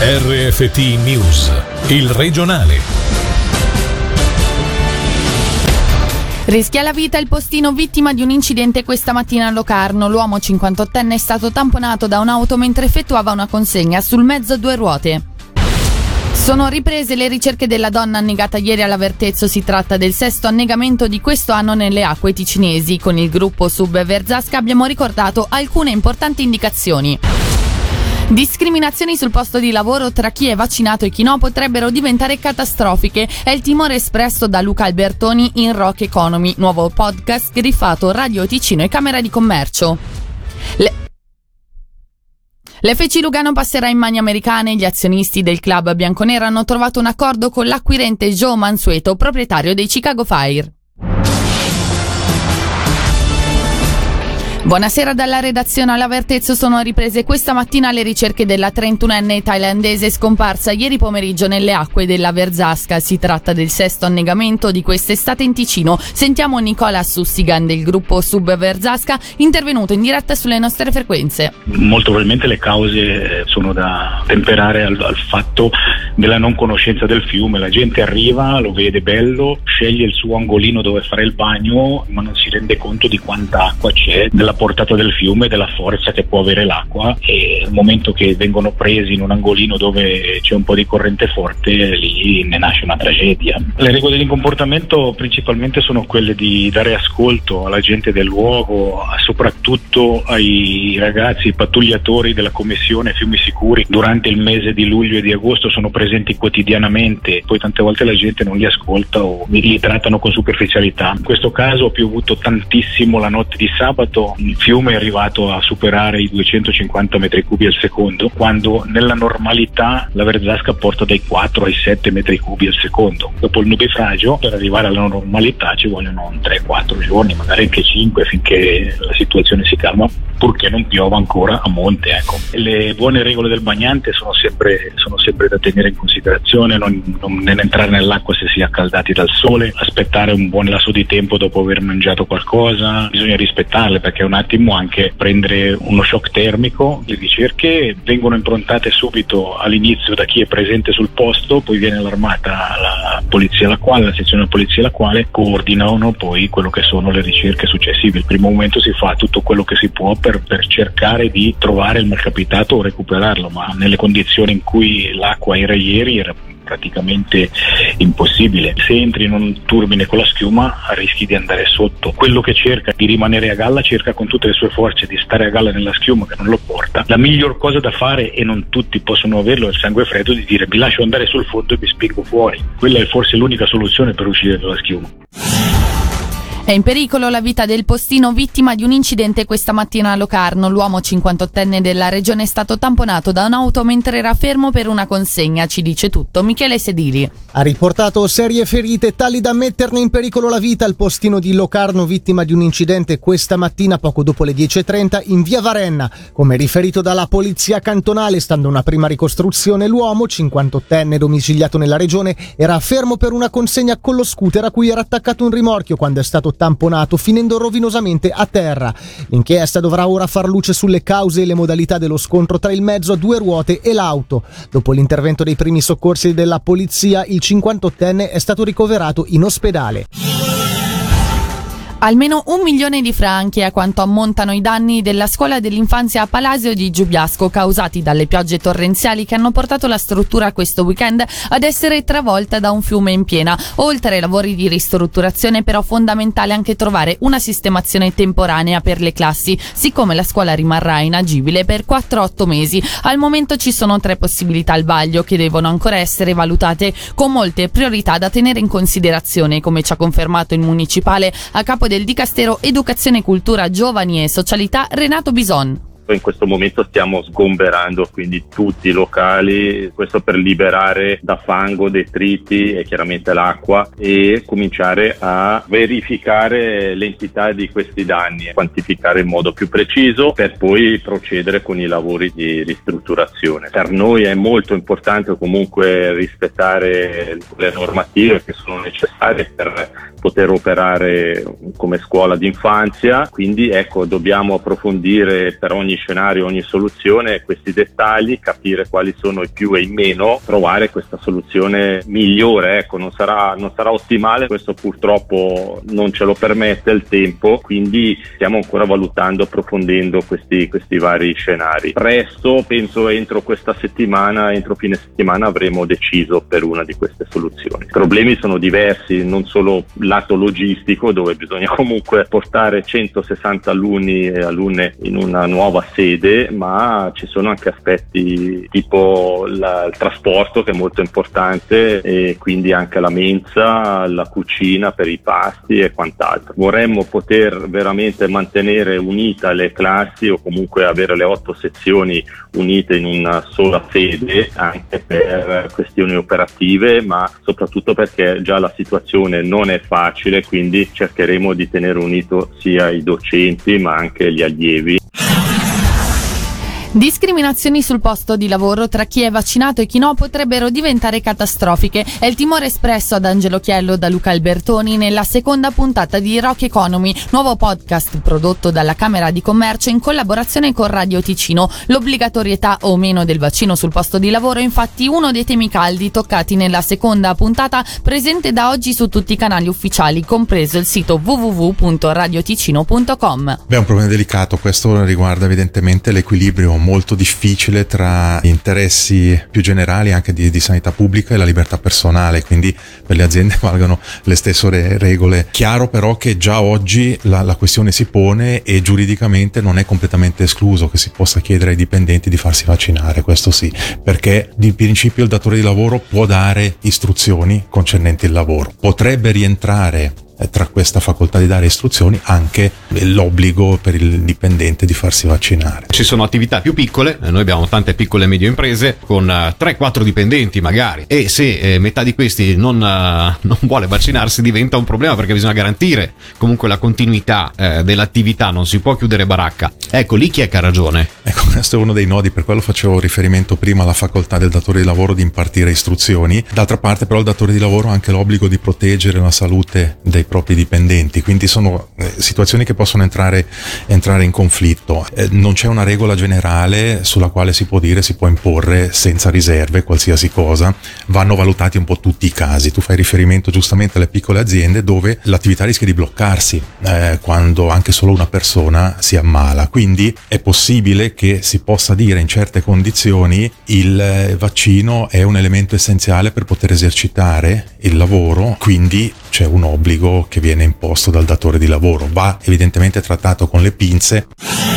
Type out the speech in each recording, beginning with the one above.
RFT News, il regionale. Rischia la vita il postino vittima di un incidente questa mattina a Locarno. L'uomo 58enne è stato tamponato da un'auto mentre effettuava una consegna sul mezzo a due ruote. Sono riprese le ricerche della donna annegata ieri all'Avertezzo. Si tratta del sesto annegamento di questo anno nelle acque ticinesi. Con il gruppo Sub Verzasca abbiamo ricordato alcune importanti indicazioni. Discriminazioni sul posto di lavoro tra chi è vaccinato e chi no potrebbero diventare catastrofiche. È il timore espresso da Luca Albertoni in Rock Economy, nuovo podcast griffato Radio Ticino e Camera di Commercio. L'FC Lugano passerà in mani americane. Gli azionisti del club bianconero hanno trovato un accordo con l'acquirente Joe Mansueto, proprietario dei Chicago Fire. Buonasera dalla redazione. All'Avertezzo sono riprese questa mattina le ricerche della 31enne thailandese scomparsa ieri pomeriggio nelle acque della Verzasca. Si tratta del sesto annegamento di quest'estate in Ticino. Sentiamo Nicola Sussigan del gruppo Sub Verzasca, intervenuto in diretta sulle nostre frequenze. Molto probabilmente le cause sono da temperare al fatto della non conoscenza del fiume. La gente arriva, lo vede bello, sceglie il suo angolino dove fare il bagno, ma non si rende conto di quanta acqua c'è, della portata del fiume, della forza che può avere l'acqua, e nel momento che vengono presi in un angolino dove c'è un po' di corrente forte, lì ne nasce una tragedia. Le regole di comportamento principalmente sono quelle di dare ascolto alla gente del luogo, soprattutto ai ragazzi, i pattugliatori della commissione Fiumi Sicuri. Durante il mese di luglio e di agosto sono presenti quotidianamente, poi tante volte la gente non li ascolta o li trattano con superficialità. In questo caso ha piovuto tantissimo la notte di sabato. Il fiume è arrivato a superare i 250 metri cubi al secondo, quando nella normalità la Verzasca porta dai 4 ai 7 metri cubi al secondo. Dopo il nubifragio, per arrivare alla normalità ci vogliono 3-4 giorni, magari anche 5, finché la situazione si calma, purché non piova ancora a monte. Ecco. Le buone regole del bagnante sono sempre da tenere in considerazione: non entrare nell'acqua se si è accaldati dal sole, aspettare un buon lasso di tempo dopo aver mangiato qualcosa, bisogna rispettarle, perché è un attimo anche prendere uno shock termico. Le ricerche vengono improntate subito all'inizio da chi è presente sul posto, poi viene allarmata la polizia lacquale, la sezione polizia lacquale, coordinano poi quello che sono le ricerche successive. Il primo momento si fa tutto quello che si può per cercare di trovare il malcapitato o recuperarlo, ma nelle condizioni in cui l'acqua era ieri era praticamente impossibile. Se entri in un turbine con la schiuma rischi di andare sotto. Quello che cerca di rimanere a galla cerca con tutte le sue forze di stare a galla nella schiuma che non lo porta. La miglior cosa da fare, e non tutti possono averlo, è il sangue freddo di dire: mi lascio andare sul fondo e mi spingo fuori. Quella è forse l'unica soluzione per uscire dalla schiuma. È in pericolo la vita del postino vittima di un incidente questa mattina a Locarno. L'uomo 58enne della regione è stato tamponato da un'auto mentre era fermo per una consegna. Ci dice tutto Michele Sedili. Ha riportato serie ferite tali da metterne in pericolo la vita il postino di Locarno, vittima di un incidente questa mattina poco dopo le 10:30 in via Varenna. Come riferito dalla polizia cantonale, stando una prima ricostruzione, l'uomo 58enne domiciliato nella regione era fermo per una consegna con lo scooter a cui era attaccato un rimorchio quando è stato tamponato, finendo rovinosamente a terra. L'inchiesta dovrà ora far luce sulle cause e le modalità dello scontro tra il mezzo a due ruote e l'auto. Dopo l'intervento dei primi soccorsi della polizia, il 58enne è stato ricoverato in ospedale. Almeno 1 milione di franchi a quanto ammontano i danni della scuola dell'infanzia a Palasio di Giubiasco causati dalle piogge torrenziali che hanno portato la struttura questo weekend ad essere travolta da un fiume in piena. Oltre ai lavori di ristrutturazione, però, fondamentale anche trovare una sistemazione temporanea per le classi, siccome la scuola rimarrà inagibile per 4-8 mesi. Al momento ci sono 3 possibilità al vaglio che devono ancora essere valutate con molte priorità da tenere in considerazione, come ci ha confermato il municipale a capo del Dicastero Educazione, Cultura, Giovani e Socialità Renato Bison. In questo momento stiamo sgomberando quindi tutti i locali, questo per liberare da fango, detriti e chiaramente l'acqua, e cominciare a verificare l'entità di questi danni, quantificare in modo più preciso per poi procedere con i lavori di ristrutturazione. Per noi è molto importante comunque rispettare le normative che sono necessarie per poter operare come scuola d'infanzia, quindi ecco, dobbiamo approfondire per ogni ogni scenario, ogni soluzione, questi dettagli, capire quali sono i più e i meno, trovare questa soluzione migliore. Ecco, non sarà ottimale, questo purtroppo non ce lo permette il tempo, quindi stiamo ancora valutando, approfondendo questi vari scenari. Presto, penso entro questa settimana, entro fine settimana avremo deciso per una di queste soluzioni. I problemi sono diversi, non solo lato logistico, dove bisogna comunque portare 160 alunni e alunne in una nuova sede, ma ci sono anche aspetti tipo il trasporto, che è molto importante, e quindi anche la mensa, la cucina per i pasti e quant'altro. Vorremmo poter veramente mantenere unita le classi, o comunque avere le 8 sezioni unite in una sola sede, anche per questioni operative, ma soprattutto perché già la situazione non è facile, quindi cercheremo di tenere unito sia i docenti ma anche gli allievi. Discriminazioni sul posto di lavoro tra chi è vaccinato e chi no potrebbero diventare catastrofiche. È il timore espresso ad Angelo Chiello da Luca Albertoni nella seconda puntata di Rock Economy, nuovo podcast prodotto dalla Camera di Commercio in collaborazione con Radio Ticino. L'obbligatorietà o meno del vaccino sul posto di lavoro è infatti uno dei temi caldi toccati nella seconda puntata, presente da oggi su tutti i canali ufficiali, compreso il sito www.radioticino.com. È un problema delicato, questo riguarda evidentemente l'equilibrio molto difficile tra interessi più generali anche di sanità pubblica e la libertà personale, quindi per le aziende valgono le stesse regole. Chiaro però che già oggi la questione si pone e giuridicamente non è completamente escluso che si possa chiedere ai dipendenti di farsi vaccinare, questo sì, perché di principio il datore di lavoro può dare istruzioni concernenti il lavoro. Potrebbe rientrare tra questa facoltà di dare istruzioni anche l'obbligo per il dipendente di farsi vaccinare. Ci sono attività più piccole, noi abbiamo tante piccole e medie imprese con 3-4 dipendenti magari, e se metà di questi non vuole vaccinarsi diventa un problema, perché bisogna garantire comunque la continuità dell'attività, non si può chiudere baracca. Ecco, lì chi è che ha ragione? Ecco, questo è uno dei nodi, per quello facevo riferimento prima alla facoltà del datore di lavoro di impartire istruzioni. D'altra parte però il datore di lavoro ha anche l'obbligo di proteggere la salute dei propri dipendenti, quindi sono situazioni che possono entrare in conflitto. Non c'è una regola generale sulla quale si può imporre senza riserve qualsiasi cosa, vanno valutati un po' tutti i casi. Tu fai riferimento giustamente alle piccole aziende dove l'attività rischia di bloccarsi quando anche solo una persona si ammala, quindi è possibile che si possa dire in certe condizioni il vaccino è un elemento essenziale per poter esercitare il lavoro, quindi c'è un obbligo che viene imposto dal datore di lavoro, va evidentemente trattato con le pinze.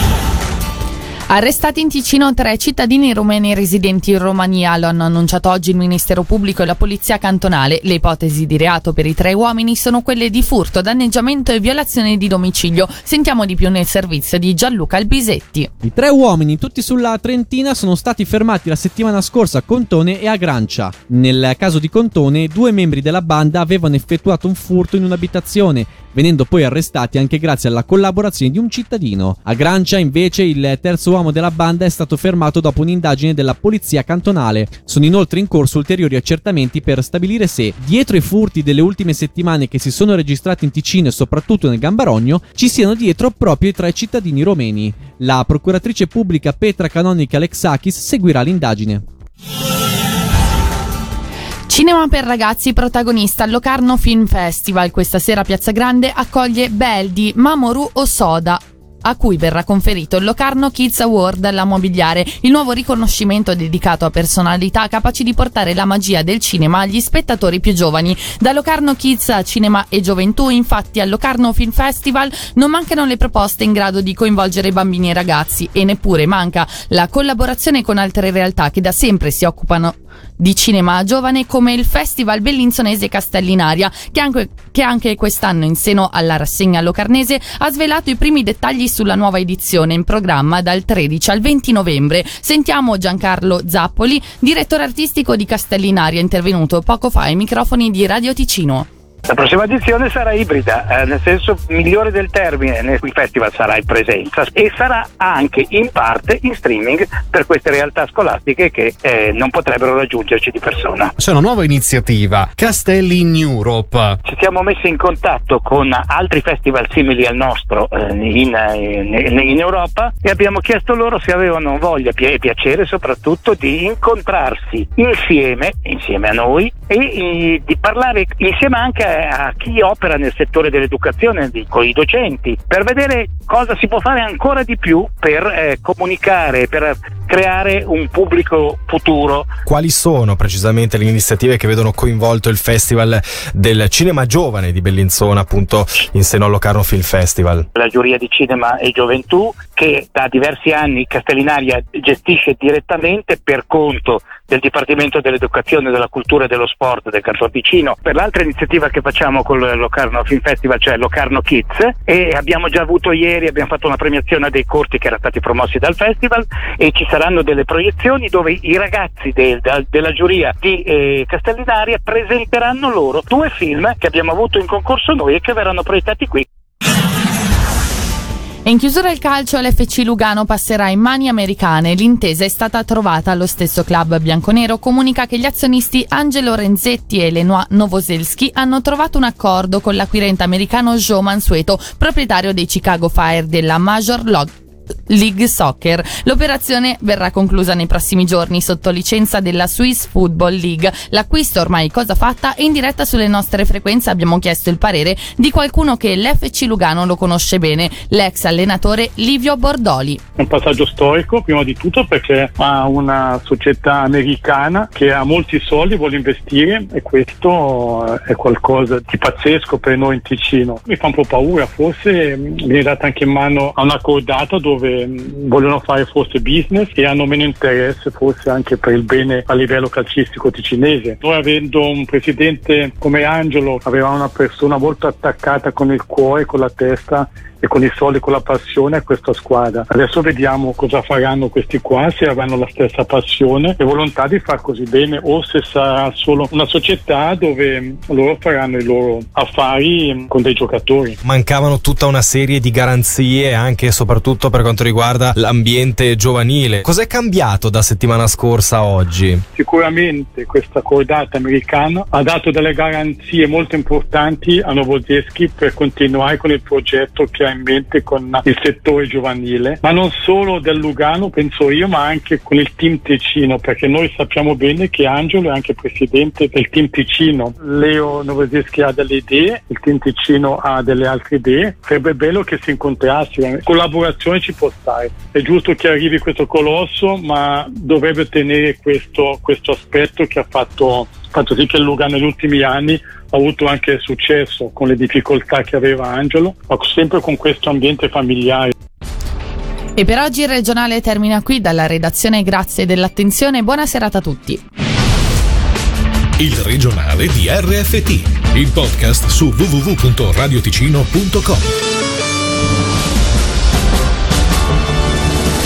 Arrestati in Ticino 3 cittadini rumeni residenti in Romania, lo hanno annunciato oggi il Ministero Pubblico e la Polizia Cantonale. Le ipotesi di reato per i 3 uomini sono quelle di furto, danneggiamento e violazione di domicilio. Sentiamo di più nel servizio di Gianluca Albisetti. I 3 uomini, tutti sulla Trentina, sono stati fermati la settimana scorsa a Contone e a Grancia. Nel caso di Contone, 2 membri della banda avevano effettuato un furto in un'abitazione, venendo poi arrestati anche grazie alla collaborazione di un cittadino. A Grancia, invece, il terzo uomo della banda è stato fermato dopo un'indagine della polizia cantonale. Sono inoltre in corso ulteriori accertamenti per stabilire se, dietro i furti delle ultime settimane che si sono registrati in Ticino e soprattutto nel Gambarogno, ci siano dietro proprio i 3 cittadini romeni. La procuratrice pubblica Petra Canonica Alexakis seguirà l'indagine. Cinema per ragazzi, protagonista al Locarno Film Festival. Questa sera Piazza Grande accoglie Belle di Mamoru Hosoda, a cui verrà conferito il Locarno Kids Award alla Mobiliare, il nuovo riconoscimento dedicato a personalità capaci di portare la magia del cinema agli spettatori più giovani. Da Locarno Kids a Cinema e Gioventù, infatti, al Locarno Film Festival non mancano le proposte in grado di coinvolgere bambini e ragazzi, e neppure manca la collaborazione con altre realtà che da sempre si occupano di cinema giovane, come il Festival Bellinzonese Castellinaria, che anche quest'anno, in seno alla rassegna locarnese, ha svelato i primi dettagli sulla nuova edizione in programma dal 13 al 20 novembre. Sentiamo Giancarlo Zappoli, direttore artistico di Castellinaria, intervenuto poco fa ai microfoni di Radio Ticino. La prossima edizione sarà ibrida, nel senso migliore del termine. Il festival sarà in presenza e sarà anche in parte in streaming per queste realtà scolastiche che non potrebbero raggiungerci di persona. C'è una nuova iniziativa, Castelli in Europe. Ci siamo messi in contatto con altri festival simili al nostro in Europa e abbiamo chiesto loro se avevano voglia e piacere soprattutto di incontrarsi insieme a noi e di parlare insieme anche a chi opera nel settore dell'educazione, con i docenti, per vedere cosa si può fare ancora di più per comunicare, per creare un pubblico futuro. Quali sono precisamente le iniziative che vedono coinvolto il Festival del Cinema Giovane di Bellinzona, appunto in seno al Locarno Film Festival? La giuria di cinema e gioventù, che da diversi anni Castellinaria gestisce direttamente per conto del Dipartimento dell'Educazione, della Cultura e dello Sport del Canton Ticino. Per l'altra iniziativa che facciamo con il Locarno Film Festival, cioè Locarno Kids, e abbiamo già avuto ieri, abbiamo fatto una premiazione dei corti che erano stati promossi dal festival e ci saranno delle proiezioni dove i ragazzi della giuria di Castellinaria presenteranno loro 2 film che abbiamo avuto in concorso noi e che verranno proiettati qui. E in chiusura il calcio, l'FC Lugano passerà in mani americane. L'intesa è stata trovata allo stesso club bianconero. Comunica che gli azionisti Angelo Renzetti e Lenoir Novoselski hanno trovato un accordo con l'acquirente americano Joe Mansueto, proprietario dei Chicago Fire della Major League Soccer. L'operazione verrà conclusa nei prossimi giorni sotto licenza della Swiss Football League. L'acquisto ormai cosa fatta, e in diretta sulle nostre frequenze abbiamo chiesto il parere di qualcuno che l'FC Lugano lo conosce bene, l'ex allenatore Livio Bordoli. Un passaggio storico prima di tutto perché ha una società americana che ha molti soldi, vuole investire, e questo è qualcosa di pazzesco per noi in Ticino. Mi fa un po' paura, forse viene data anche in mano a una cordata dove vogliono fare forse business e hanno meno interesse forse anche per il bene a livello calcistico ticinese. Noi, avendo un presidente come Angelo, avevamo una persona molto attaccata con il cuore, con la testa e con i soldi, con la passione a questa squadra. Adesso vediamo cosa faranno questi qua, se avranno la stessa passione e volontà di far così bene o se sarà solo una società dove loro faranno i loro affari con dei giocatori. Mancavano tutta una serie di garanzie anche e soprattutto per quanto riguarda l'ambiente giovanile. Cos'è cambiato da settimana scorsa a oggi? Sicuramente questa cordata americana ha dato delle garanzie molto importanti a Novoselski per continuare con il progetto che in mente con il settore giovanile, ma non solo del Lugano, penso io, ma anche con il team Ticino, perché noi sappiamo bene che Angelo è anche presidente del team Ticino. Leo Novoselski ha delle idee, il team Ticino ha delle altre idee, sarebbe bello che si incontrassero, collaborazione ci può stare, è giusto che arrivi questo colosso, ma dovrebbe tenere questo aspetto che ha fatto sì che il Lugano negli ultimi anni ha avuto anche successo con le difficoltà che aveva Angelo, ma sempre con questo ambiente familiare. E per oggi il regionale termina qui. Dalla redazione grazie dell'attenzione e buona serata a tutti. Il regionale di RFT, il podcast su www.radioticino.com.